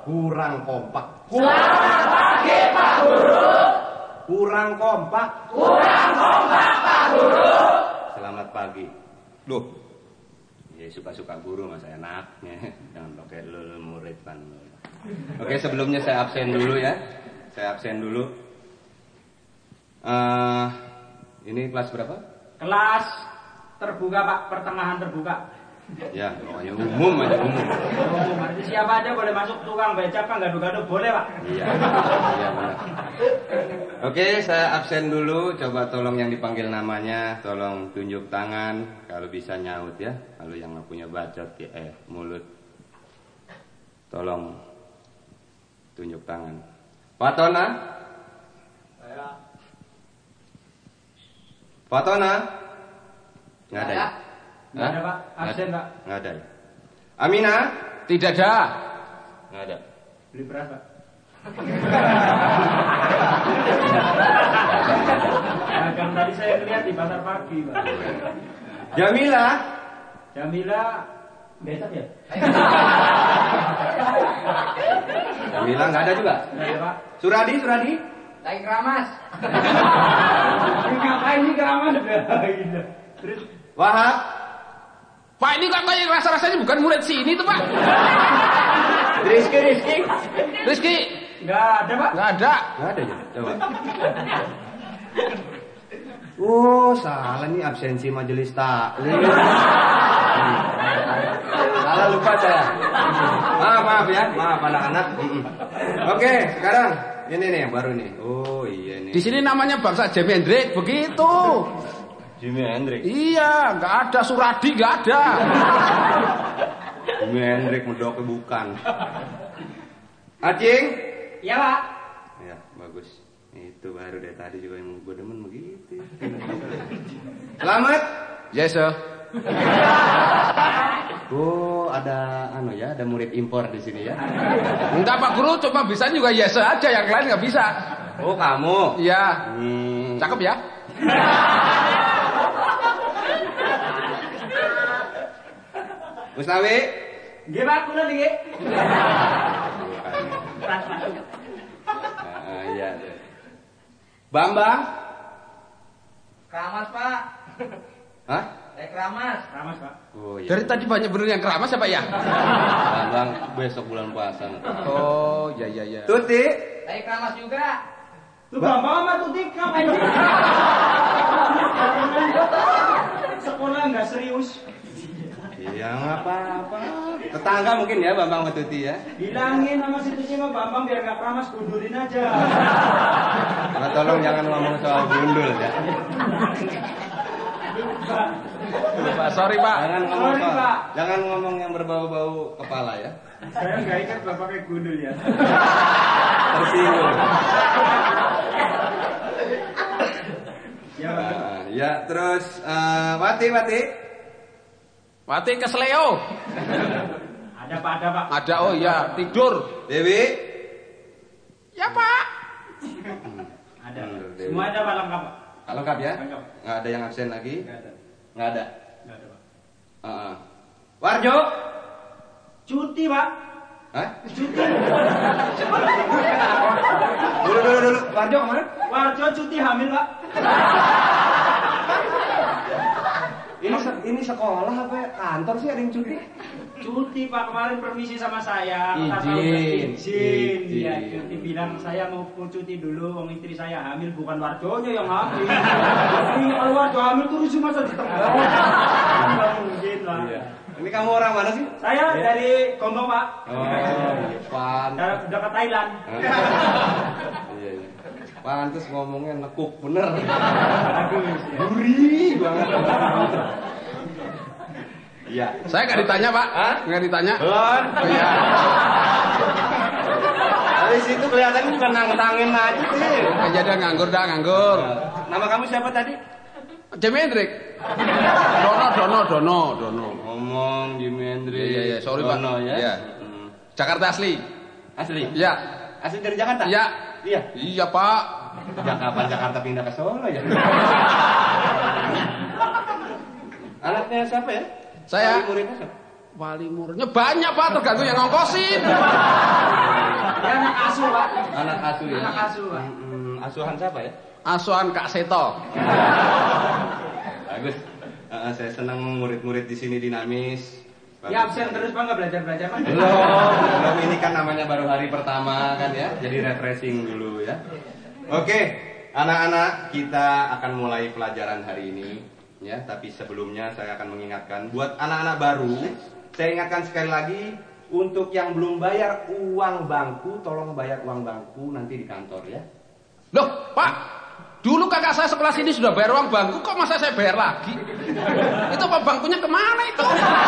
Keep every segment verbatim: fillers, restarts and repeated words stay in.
Kurang kompak. Selamat pagi Pak Guru. Kurang kompak. Kurang kompak Pak Guru. Selamat pagi. Loh. Ya suka-suka guru masa enaknya. Jangan pakai lu murid kan. Oke, sebelumnya saya absen dulu ya. Saya absen dulu. Uh, ini kelas berapa? Kelas terbuka Pak, pertengahan terbuka. Ya, pokoknya umum aja umum. Umum, arti siapa aja boleh masuk, tukang becak Pak, gaduh-gaduh boleh Pak. Iya, iya benar. Oke, saya absen dulu. Coba tolong yang dipanggil namanya, tolong tunjuk tangan. Kalau bisa nyaut ya. Kalau yang nggak punya bacot ya, eh mulut, tolong tunjuk tangan. Fatona? Saya. Fatona? Nggak ada ya? Nggak ada Pak, absen Pak. Nggak ada ya? Amina? Tidak ada. Nggak ada. Beli beras Pak. Dagang tadi saya lihat di pasar pagi Pak. Jamila? Jamila besok ya? Jamila nggak ada juga? Nggak ada Pak. Suradi? Suradi? Lagi keramas. Ngapain sih keramas? Terus Wahab? Pak, ini kok kayak rasa-rasanya bukan murid sini tuh Pak. Rizky? Rizky? Rizky? nggak ada Pak. Nggak ada. Nggak ada ya? Coba. Oh, salah nih absensi majelis taklim. Salah lupa saya. Maaf, maaf ya. Maaf anak-anak. Oke, sekarang ini nih yang baru nih. Oh, iya nih. Di sini namanya bangsa Jimi Hendrix, begitu. Jimi Hendrix. Iya, nggak ada Suradi, nggak ada. Jimi Hendrix medoknya bukan. Acing? Iya Pak. Ya, bagus. Itu baru dari tadi juga yang gue demen begitu. Selamat. Yes, sir. Oh, ada anu ya, ada murid impor di sini ya. Enggak Pak Guru, cuma bisa juga yes sir aja, yang lain nggak bisa. Oh, kamu? Iya. Hmm. Cakep ya? Mustawi? Nggih Pak, kula nggih. Ah, iya. Bambang? Keramas Pak. Hah? Lagi keramas. Keramas Pak. Oh, iya. Dari tadi banyak bener yang keramas ya Pak ya? Bambang besok bulan puasa. Oh, ya ya ya. Tuti? Lagi keramas juga. Tuh Bambang sama Tuti ngapain sih? Sekolah nggak serius. Iya, nggak apa-apa. Tetangga mungkin ya Bambang sama Tuti ya. Bilangin sama si Tuti sama Bambang biar nggak keramas, gundurin aja. Nah, tolong jangan ngomong soal gundul ya. Pak, sorry Pak. Jangan ngomong Sorry, soal, Pak. jangan ngomong yang berbau-bau kepala ya. Saya nggak ingat bapaknya gundul ya. Tersinggung. Ya Pak. Nah, ya terus uh, Wati Wati. Wati ke Sleo. Ada Pak, ada Pak. Ada, oh iya, tidur. Dewi. Ya Pak. Ada. Hmm, Dewi. Semua ada Pak, lengkap Pak. Lengkap ya? Lengkap. Nggak ada yang absen lagi? Nggak ada. Nggak ada. Nggak ada Pak. Uh-uh. Warjo. Cuti Pak. Hah? Cuti. Dulu dulu dulu. Warjo kemana? Warjo cuti hamil Pak. Ini se- ini sekolah apa ya? Kantor sih ada yang cuti? Cuti Pak, kemarin permisi sama saya. Kata Izin. tahu izin. Izin. Iya, cuti bilang saya mau cuti dulu, wong istri saya hamil, bukan Warjonya yang hamil. Ini kalau Warjo hamil tuh rusuh masa di tengah. Nggak mungkin lah. Iya. Ini kamu orang mana sih? Saya dari Gombong Pak. Oh, pan. Udah, udah ke Thailand. Iya, iya. Pantes ngomongnya nekuk bener. Aduh, Gurih banget. Iya. Saya nggak ditanya Pak. Hah? Nggak ditanya. Belum. Oh iya. Dari situ kelihatan bukan nangtangin aja sih. Aja dah nganggur dah nganggur. Nama kamu siapa tadi? Jimi Hendrix. Dono Dono Dono Dono. Ngomong Jimi Hendrix. Iya iya, sorry Pak. Dono, ya. Iya. Hmm. Jakarta asli. Asli? Iya. Asli dari Jakarta? Iya. Iya. Iya Pak. Sejak kapan Jakarta pindah ke Solo ya? Anaknya siapa ya? Saya. Wali muridnya siapa? Wali muridnya banyak Pak, tergantung yang ngongkosin. Dia anak asuh, Pak. Anak asuh ya. Anak asuh, Pak. Hmm, asuhan siapa ya? Asuhan Kak Seto. Bagus. Uh, saya senang murid-murid di sini dinamis. Bagus. Ya absen terus Pak, nggak belajar-belajar Pak. Belum, belum ini kan namanya baru hari pertama kan ya. Jadi refreshing dulu ya. Oke, anak-anak kita akan mulai pelajaran hari ini ya. Tapi sebelumnya saya akan mengingatkan buat anak-anak baru, saya ingatkan sekali lagi untuk yang belum bayar uang bangku, tolong bayar uang bangku nanti di kantor ya. Loh, Pak, dulu kakak saya sekelas ini sudah bayar uang bangku, kok masa saya bayar lagi? Itu Pak bangkunya kemana itu?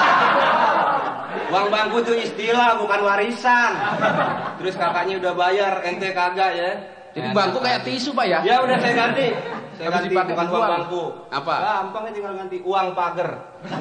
Uang bangku itu istilah, bukan warisan. Terus kakaknya udah bayar, ente kagak ya. Jadi bangku kayak tisu Pak ya? Ya udah saya ganti. Saya Habis ganti dipakai bukan uang uang. bangku. Apa? Gampang ya tinggal ganti uang pagar.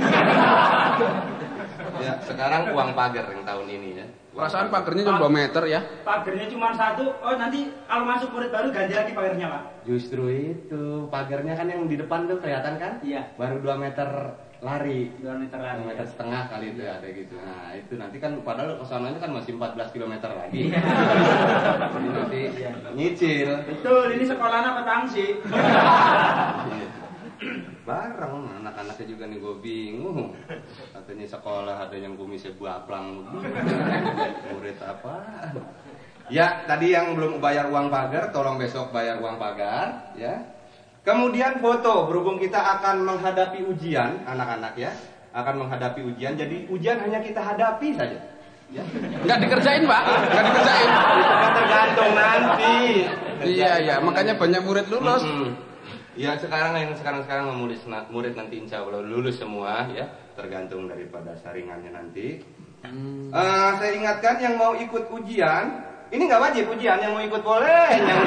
Ya, sekarang uang pagar yang tahun ini ya. Uang Perasaan pagar. pagernya cuma dua meter ya. Pagernya cuma satu. Oh nanti kalau masuk murid baru ganti lagi pagernya Pak. Justru itu, pagarnya kan yang di depan tuh kelihatan kan? Iya. Baru dua meter lari. Dua meter dua lagi. meter setengah kali itu ada gitu. Nah, itu nanti kan padahal kesananya kan masih empat belas kilometer lagi. Iya. Jadi nanti nyicil. Betul, ini sekolahnya apa tangsi? Iya. Bareng anak-anaknya juga nih gue bingung. Katanya sekolah ada yang kumisnya buaplang. Murid apa? Ya, tadi yang belum bayar uang pagar, tolong besok bayar uang pagar, ya. Kemudian foto, berhubung kita akan menghadapi ujian, anak-anak ya, akan menghadapi ujian. Jadi ujian hanya kita hadapi saja. Ya. Nggak dikerjain Pak, nggak dikerjain. Itu kan tergantung nanti. Iya, iya, makanya banyak murid lulus. Mm-hmm. Ya sekarang yang sekarang-sekarang memulis murid nanti insya Allah lulus semua ya, tergantung daripada saringannya nanti. Hmm. Uh, saya ingatkan yang mau ikut ujian, ini nggak wajib ujian, yang mau ikut boleh. Yang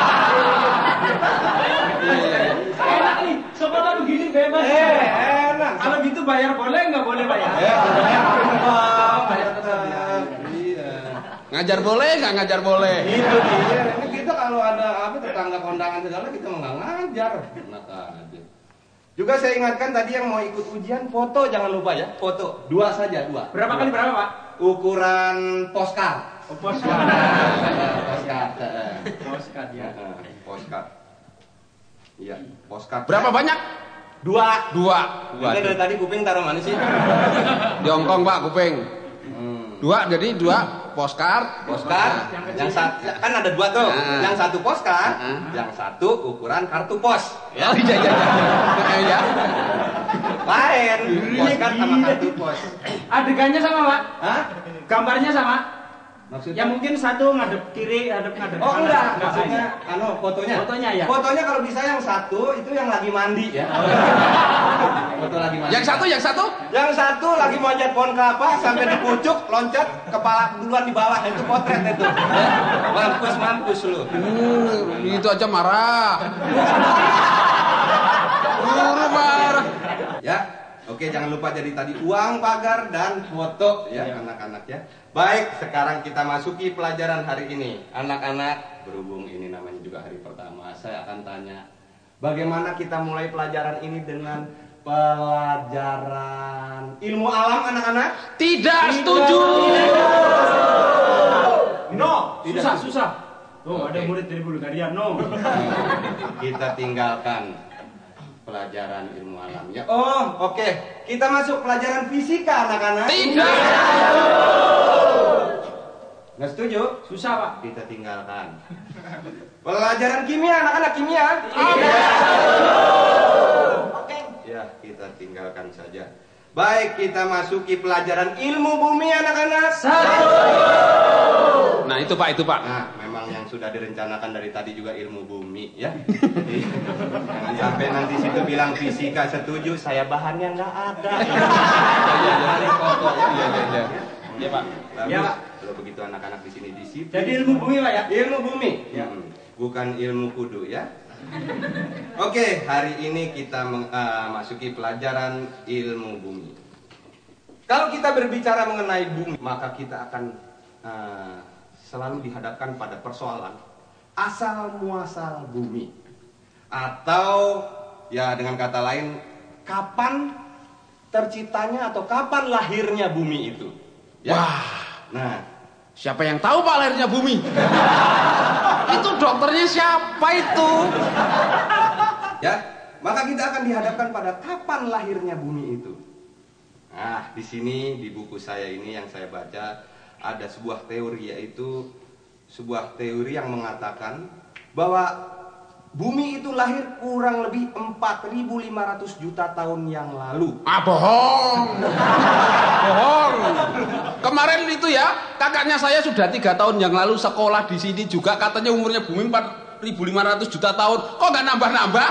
Enak nih, sekolah begini bebas. eh, enak. Kalau gitu bayar boleh nggak boleh Pak ya? Ya, boleh. Bayar tetap. Iya. Ngajar boleh, nggak ngajar boleh. Itu dia. Ini kita kalau ada apa tetangga kondangan segala kita mau nggak ngajar. Enak aja. Juga saya ingatkan tadi yang mau ikut ujian foto jangan lupa ya, foto dua saja dua. Berapa kali berapa Pak? Ukuran postcard. Oh, postcard. Postcard. Postcard ya. Postcard. Iya, postcard. Berapa banyak? Dua. Dua. Dua. Ini dari tadi kuping taruh mana sih? Di Hongkong Pak, kuping. Hmm. Dua, jadi dua postcard. Postcard, yang satu kan ada dua tuh. Nah. Yang satu postcard, Nah. yang satu ukuran kartu pos. Oh iya iya iya. Ya. Lain, postcard sama kartu pos. Adegannya sama Pak? Hah? Gambarnya sama? Maksudnya? Ya mungkin satu ngadep kiri, ngadep ngadep Oh kanan. enggak, Enggak, maksudnya enggak. anu fotonya. Fotonya ya. Fotonya kalau bisa yang satu itu yang lagi mandi ya. Foto lagi mandi. Yang satu, yang satu? Yang satu lagi manjat pohon kelapa sampai di pucuk, loncat, kepala duluan di bawah, itu potret itu. Ya. Mampus mampus lu. Hmm, itu aja marah. Guru marah. Ya. Oke, jangan lupa jadi tadi uang pagar dan foto ya anak-anak ya. Baik, sekarang kita masuki pelajaran hari ini. Anak-anak, berhubung ini namanya juga hari pertama, saya akan tanya, bagaimana kita mulai pelajaran ini dengan pelajaran ilmu alam anak-anak? Tidak setuju. No, Tidak susah, setuju. susah. Oh, Oke. ada murid dari Bulgaria, no. Kita tinggalkan pelajaran ilmu alamnya. Oh, oke. Kita masuk pelajaran fisika anak-anak. Tidak. Nggak setuju? Susah, Pak. Kita tinggalkan. Pelajaran kimia anak-anak kimia. Oke. Ya, kita tinggalkan saja. Baik, kita masuki pelajaran ilmu bumi anak-anak. Satu. Nah itu Pak, itu Pak. Nah, memang yang sudah direncanakan dari tadi juga ilmu bumi ya. Jadi, jangan sampai nanti situ bilang fisika setuju, saya bahannya nggak ada. Iya iya iya iya. Iya Pak. Bagus. Ya, Pak. Kalau begitu anak-anak di sini disiplin. Jadi ilmu bumi, Pak ya? Ilmu bumi. Ya. Hmm, bukan ilmu kudu ya. Oke, hari ini kita meng- uh, masuki pelajaran ilmu bumi. Kalau kita berbicara mengenai bumi, maka kita akan uh, selalu dihadapkan pada persoalan asal muasal bumi. Atau ya dengan kata lain, kapan terciptanya atau kapan lahirnya bumi itu. Ya? Wah. Nah, Siapa yang tahu Pak lahirnya bumi? Itu dokternya siapa itu? Ya, maka kita akan dihadapkan pada kapan lahirnya bumi itu. Nah, di sini di buku saya ini yang saya baca ada sebuah teori, yaitu sebuah teori yang mengatakan bahwa bumi itu lahir kurang lebih empat ribu lima ratus juta tahun yang lalu. Ah, bohong. Bohong. Kemarin itu ya, kakaknya saya sudah tiga tahun yang lalu sekolah di sini juga, katanya umurnya bumi empat ribu lima ratus juta tahun. Kok nggak nambah-nambah?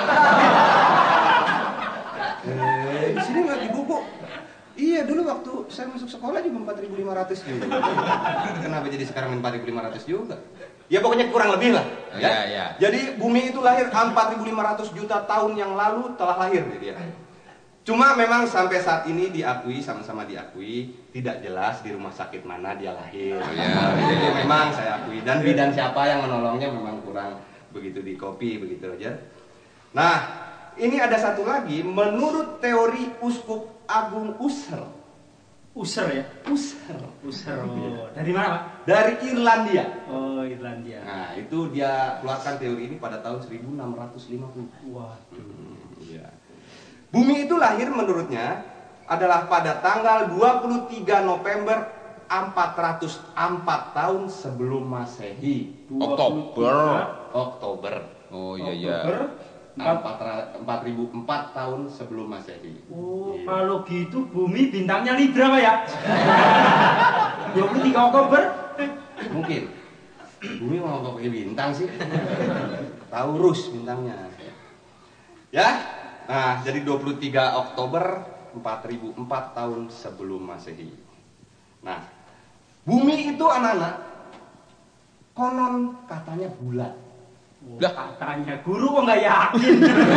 Eh, di sini nggak di buku. Iya, dulu waktu saya masuk sekolah juga empat ribu lima ratus juga. Kenapa jadi sekarang empat ribu lima ratus juga? Ya pokoknya kurang lebih lah. Ya? Ya, ya. Jadi bumi itu lahir empat ribu lima ratus juta tahun yang lalu telah lahir gitu ya. Cuma memang sampai saat ini diakui, sama-sama diakui, tidak jelas di rumah sakit mana dia lahir. Ya, Jadi memang saya akui, dan bidan siapa yang menolongnya memang kurang begitu di copy begitu aja. Nah, ini ada satu lagi, menurut teori Uskup Agung User. User ya? User. User. Oh. Dari mana, Pak? Dari Irlandia. Oh, Irlandia. Nah, itu dia keluarkan teori ini pada tahun seribu enam ratus lima puluh. Waduh. Hmm, ya. Bumi itu lahir menurutnya adalah pada tanggal dua puluh tiga November empat ratus empat tahun sebelum Masehi. Oktober. Oktober. Oh iya iya. empat ribu empat tahun sebelum Masehi. Oh, Iya. kalau gitu bumi bintangnya Libra, Pak ya? dua puluh tiga Oktober? Mungkin. Bumi mau nggak pakai bintang sih? Taurus bintangnya. Ya. Nah, jadi dua puluh tiga Oktober empat ribu empat tahun sebelum Masehi. Nah, bumi itu anak-anak konon katanya bulat. Lah, katanya guru kok nggak yakin?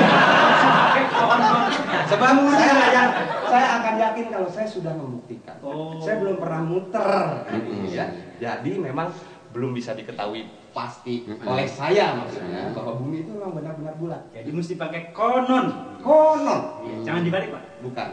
Sebab saya nggak yakin, saya akan yakin kalau saya sudah membuktikan. Oh. Saya belum pernah muter, ya. Jadi memang belum bisa diketahui pasti oleh saya maksudnya bahwa bumi itu memang benar-benar bulat. Jadi mesti pakai konon. Konon. Iya, jangan dibalik, Pak. Bukan.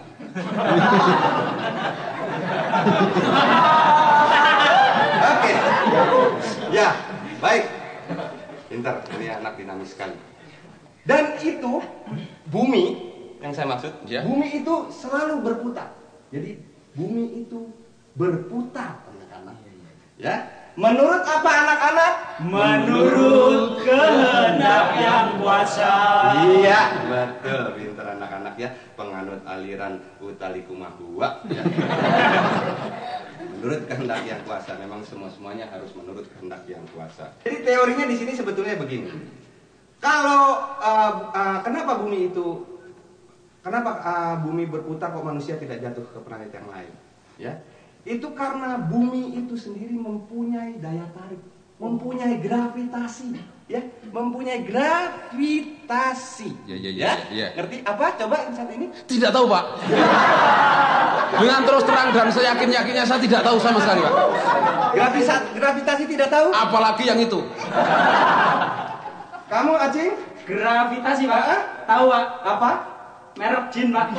Oke. Ya, baik. Pintar, ini anak dinamis sekali. Dan itu bumi yang saya maksud, Ya. bumi itu selalu berputar. Jadi bumi itu berputar, anak-anak. Ya. Menurut apa anak-anak? Menurut kehendak yang kuasa. Iya, betul, pintar anak-anak ya, penganut aliran Utalikumahua. Ya. Menurut kehendak yang kuasa, memang semua-semuanya harus menurut kehendak yang kuasa. Jadi teorinya di sini sebetulnya begini. Kalau uh, uh, kenapa bumi itu, kenapa uh, bumi berputar kok manusia tidak jatuh ke planet yang lain? Ya, itu karena bumi itu sendiri mempunyai daya tarik, mempunyai gravitasi, ya, mempunyai gravitasi. Ya, ya, ya, ya. Ngerti apa? Coba saat ini. Tidak tahu, Pak. Dengan terus terang dan seyakin-yakinnya saya tidak tahu sama sekali, Pak. Gravitasi, gravitasi tidak tahu? Apalagi yang itu. Kamu, Acing? Gravitasi, Pak. Hah? Tahu, Pak? Apa? Merek jin, Pak.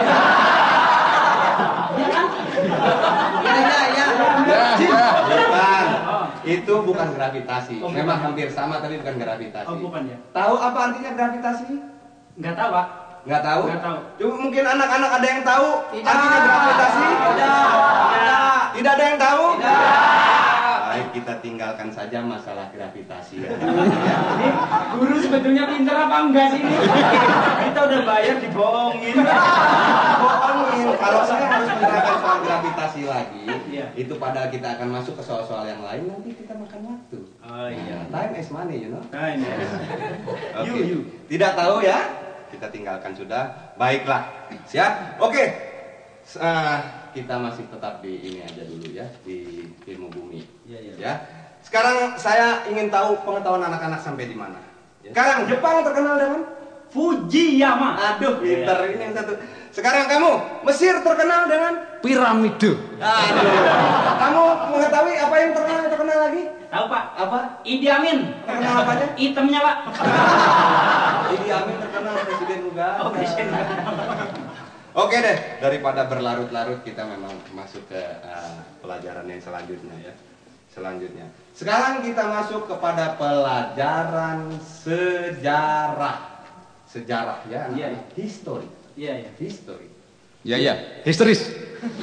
Ya, ya, ya. Ya, ya. Bukan. Oh. Itu bukan gravitasi. Oh, Memang bukan. hampir sama tapi bukan gravitasi. Oh, bukan ya? Tahu apa artinya gravitasi? Nggak tahu, Pak. Nggak tahu? Nggak tahu. Cuma mungkin anak-anak ada yang tahu Tidak. artinya gravitasi? Tidak. Tidak. Tidak ada yang tahu? Tidak. Baik, kita tinggalkan saja masalah gravitasi ya. Ini guru sebetulnya pinter apa enggak sih ini? Kita udah bayar dibohongin. Bohongin. Kalau saya harus menerangkan soal gravitasi lagi, Iya. itu padahal kita akan masuk ke soal-soal yang lain, nanti kita makan waktu. Oh iya. Time is money, you know. Nah, ini. Oke. You, you. Tidak tahu ya? Kita tinggalkan sudah. Baiklah. Siap? Oke. S- eh, kita masih tetap di ini aja dulu ya, di ilmu bumi. Iya, iya. Ya. Sekarang saya ingin tahu pengetahuan anak-anak sampai di mana. Sekarang Jepang terkenal dengan Fujiyama. aduh, pinter ini yang satu. Sekarang kamu Mesir terkenal dengan Piramide. aduh. Kamu mengetahui apa yang terkenal terkenal lagi? Tahu, Pak? Apa? Idi Amin. Terkenal apanya? Itemnya, Pak. Idi Amin terkenal presiden Uganda. Oh, presiden. Oke deh, daripada berlarut-larut kita memang masuk ke uh, pelajaran yang selanjutnya ya. selanjutnya. Sekarang kita masuk kepada pelajaran sejarah. Sejarah ya, Iya. history. Iya, iya. History. Ya ya, histeris.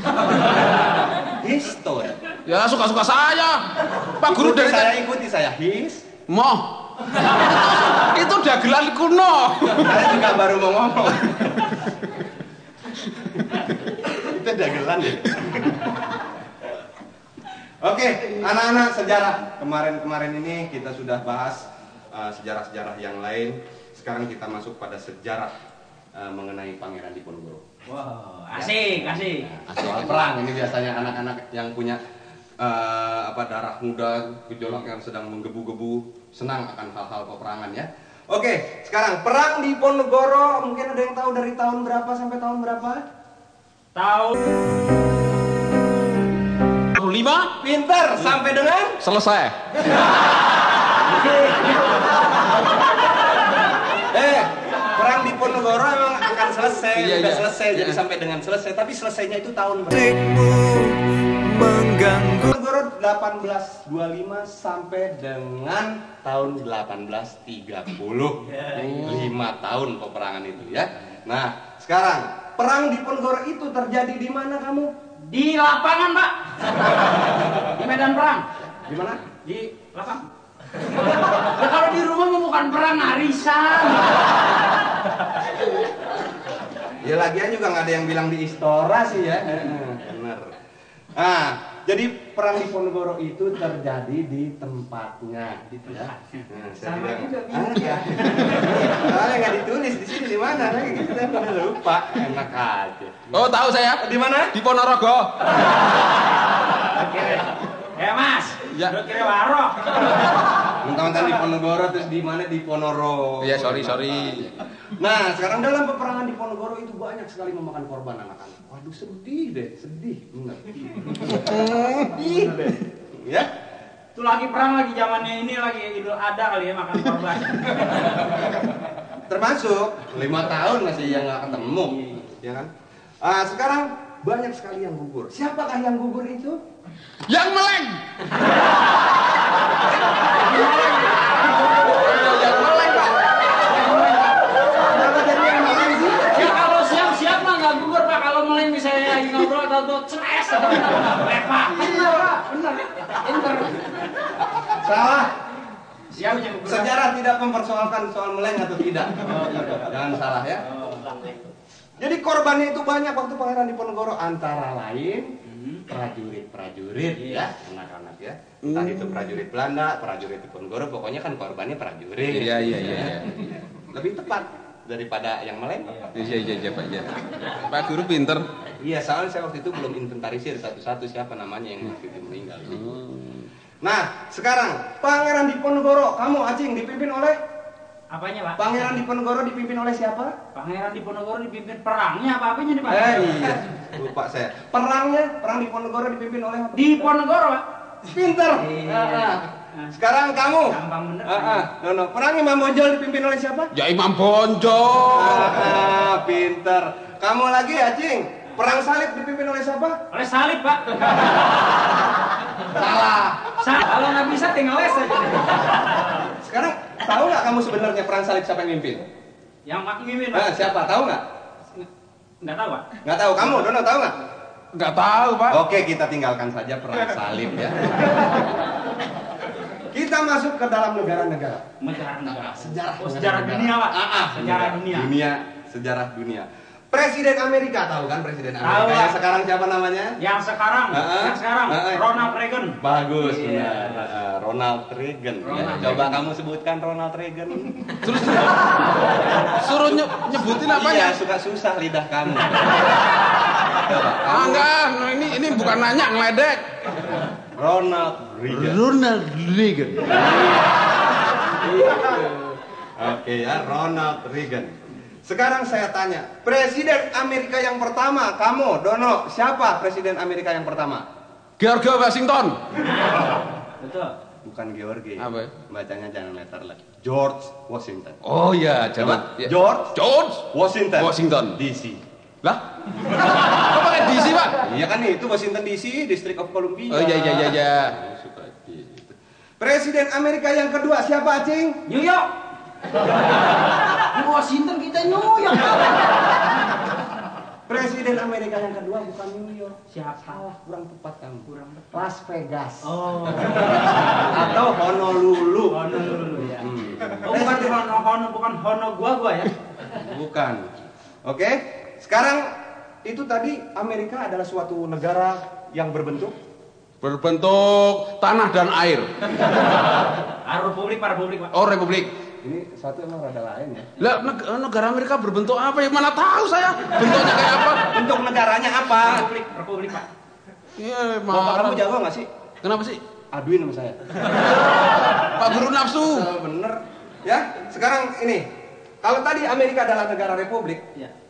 History. Ya suka-suka saya. Pak Guru Ikuti dari saya ikuti saya his. Moh. Itu dagelan kuno. Saya juga baru mau ngomong. Itu dagelan ya. Oke, anak-anak sejarah. Kemarin-kemarin ini kita sudah bahas uh, sejarah-sejarah yang lain. Sekarang kita masuk pada sejarah uh, mengenai Pangeran Diponegoro. Wow, asik, asik. Nah, soal perang ini biasanya anak-anak yang punya uh, apa darah muda, gejolak yang sedang menggebu-gebu, senang akan hal-hal peperangan ya. Oke, sekarang perang Diponegoro mungkin ada yang tahu dari tahun berapa sampai tahun berapa? Tahun lima Pinter, sampai dengan selesai. eh perang Diponegoro emang akan selesai, Iya, udah iya. selesai, jadi Iya. sampai dengan selesai. Tapi selesainya itu tahun berapa? mengganggu Diponegoro delapan belas dua puluh lima sampai dengan tahun delapan belas tiga puluh. lima tahun peperangan itu ya. Nah, sekarang perang Diponegoro itu terjadi di mana kamu? di lapangan, Pak. Di medan perang. Di mana? Di lapangan. Ya kalau di rumah mah bukan perang, arisan. Ya lagian juga nggak ada yang bilang di Istora sih ya. Bener. Nah, jadi perang Diponegoro itu terjadi di tempatnya. Di tempatnya. Nah, saya Sama bilang, juga ah, bisa. ya. Soalnya nggak ditulis di sini di mana lagi kita udah lupa. Enak aja. Oh tahu saya. Di mana? Di Ponorogo. Oke. Ya, Mas. Ya. Udah kira warok. Mentang-mentang di Ponorogo terus di mana di Ponorogo. Iya sorry sorry. Nah, sekarang dalam peperangan di Ponorogo itu banyak sekali memakan korban anak-anak. Waduh, sedih deh, sedih. Bener. Sedih deh. Ya? Itu lagi perang lagi zamannya ini lagi Idul Adha kali ya makan korban. Termasuk lima tahun masih yang nggak ketemu, ya kan? Ah, sekarang banyak sekali yang gugur. Siapakah yang gugur itu? Yang meleng. Yang meleng Pak. Kenapa jadi yang meleng sih? Ya kalau siap-siap mah nggak gugur, Pak. Kalau meleng bisa lagi ngobrol atau ceres atau lepak. Bener, Pak. Bener. Pinter. Salah. Siapa yang gugur? Sejarah tidak mempersoalkan soal meleng atau tidak. Jangan salah ya. Jadi korbannya itu banyak waktu Pangeran Diponegoro, antara lain prajurit-prajurit ya, anak-anak ya. Entah itu prajurit Belanda, prajurit Diponegoro, pokoknya kan korbannya prajurit. Iya iya iya. Lebih tepat daripada yang meleng. Iya iya iya Pak ya. Pak Guru pinter. Iya, soalnya saya waktu itu belum inventarisir satu-satu siapa namanya yang waktu itu meninggal. Nah, sekarang Pangeran Diponegoro, kamu Acing dipimpin oleh Apanya, Pak? Pangeran Diponegoro dipimpin oleh siapa? Pangeran Diponegoro dipimpin perangnya apa apanya nih, Pak? Eh, iya, lupa saya. Perangnya, perang Diponegoro dipimpin oleh apa? Diponegoro, Pak. Pinter. Iya. Ah, ah. Sekarang kamu. Gampang bener. Ah, ah. No, no. Perang Imam Bonjol dipimpin oleh siapa? Ya Imam Bonjol. Ah, ah, pinter. Kamu lagi Acing. Perang salib dipimpin oleh siapa? Oleh salib, Pak. Salah. Sa kalau nggak bisa tinggal les aja. Sekarang tahu nggak kamu sebenarnya perang salib siapa yang mimpin? Yang mak mimin, Ah, Pak. siapa? Tahu nggak? Nggak tahu, Pak. Nggak tahu. Kamu, Dono, tahu nggak? Nggak tahu Pak. Oke, kita tinggalkan saja perang salib ya. Kita masuk ke dalam negara-negara. Sejarah negara. Sejarah. Oh, sejarah dunia, Pak. Ah, ah, Sejarah dunia. Dunia, sejarah dunia. Presiden Amerika tahu kan Presiden Tahu, Amerika yang Pak. sekarang siapa namanya? Yang sekarang, Ah, ah. yang sekarang Ah, ah. Ronald Reagan. Bagus, Iya. benar. Ah, Ronald Reagan. Ya, Ronald coba kamu sebutkan Ronald Reagan. Terus suruh nye- nyebutin apa Iya, ya? suka susah lidah kamu. Coba, Ah kamu. enggak, ini ini bukan nanya ngeledek. Ronald Reagan. Ronald Reagan. Oke ya, Ronald Reagan. Sekarang saya tanya, Presiden Amerika yang pertama, kamu, Dono, siapa Presiden Amerika yang pertama? George Washington. Betul. Bukan George. Apa? Bacanya jangan letter lagi. George Washington. Oh iya, Coba, jangan. Ya. George George Washington. Washington. D C. Lah? Kok pakai D C, Pak? Iya kan itu Washington D C, District of Columbia. Oh iya iya iya iya. Suka gitu. Presiden Amerika yang kedua siapa, Acing? New York. Di Washington kita New York. Presiden Amerika yang kedua bukan New York. Siapa? Salah, kurang tepat kamu. Kurang tepat. Las Vegas. Oh. Atau Honolulu. Honolulu ya. Hmm. Oh, bukan di Hono Hono bukan Hono gua gua ya. Bukan. Oke. Sekarang itu tadi Amerika adalah suatu negara yang berbentuk Berbentuk tanah dan air. Ah, Republik Pak, Republik Pak. Oh, republik. ini satu emang rada lain ya. Lah neg- negara Amerika berbentuk apa ya? Mana tahu saya bentuknya kayak apa? Bentuk negaranya apa? Republik, Republik Pak. Iya, Bapak kamu malah. jago nggak sih? Kenapa sih? Aduin sama saya. Pak Guru nafsu. Oh, bener. Ya, sekarang ini. Kalau tadi Amerika adalah negara republik, Ya.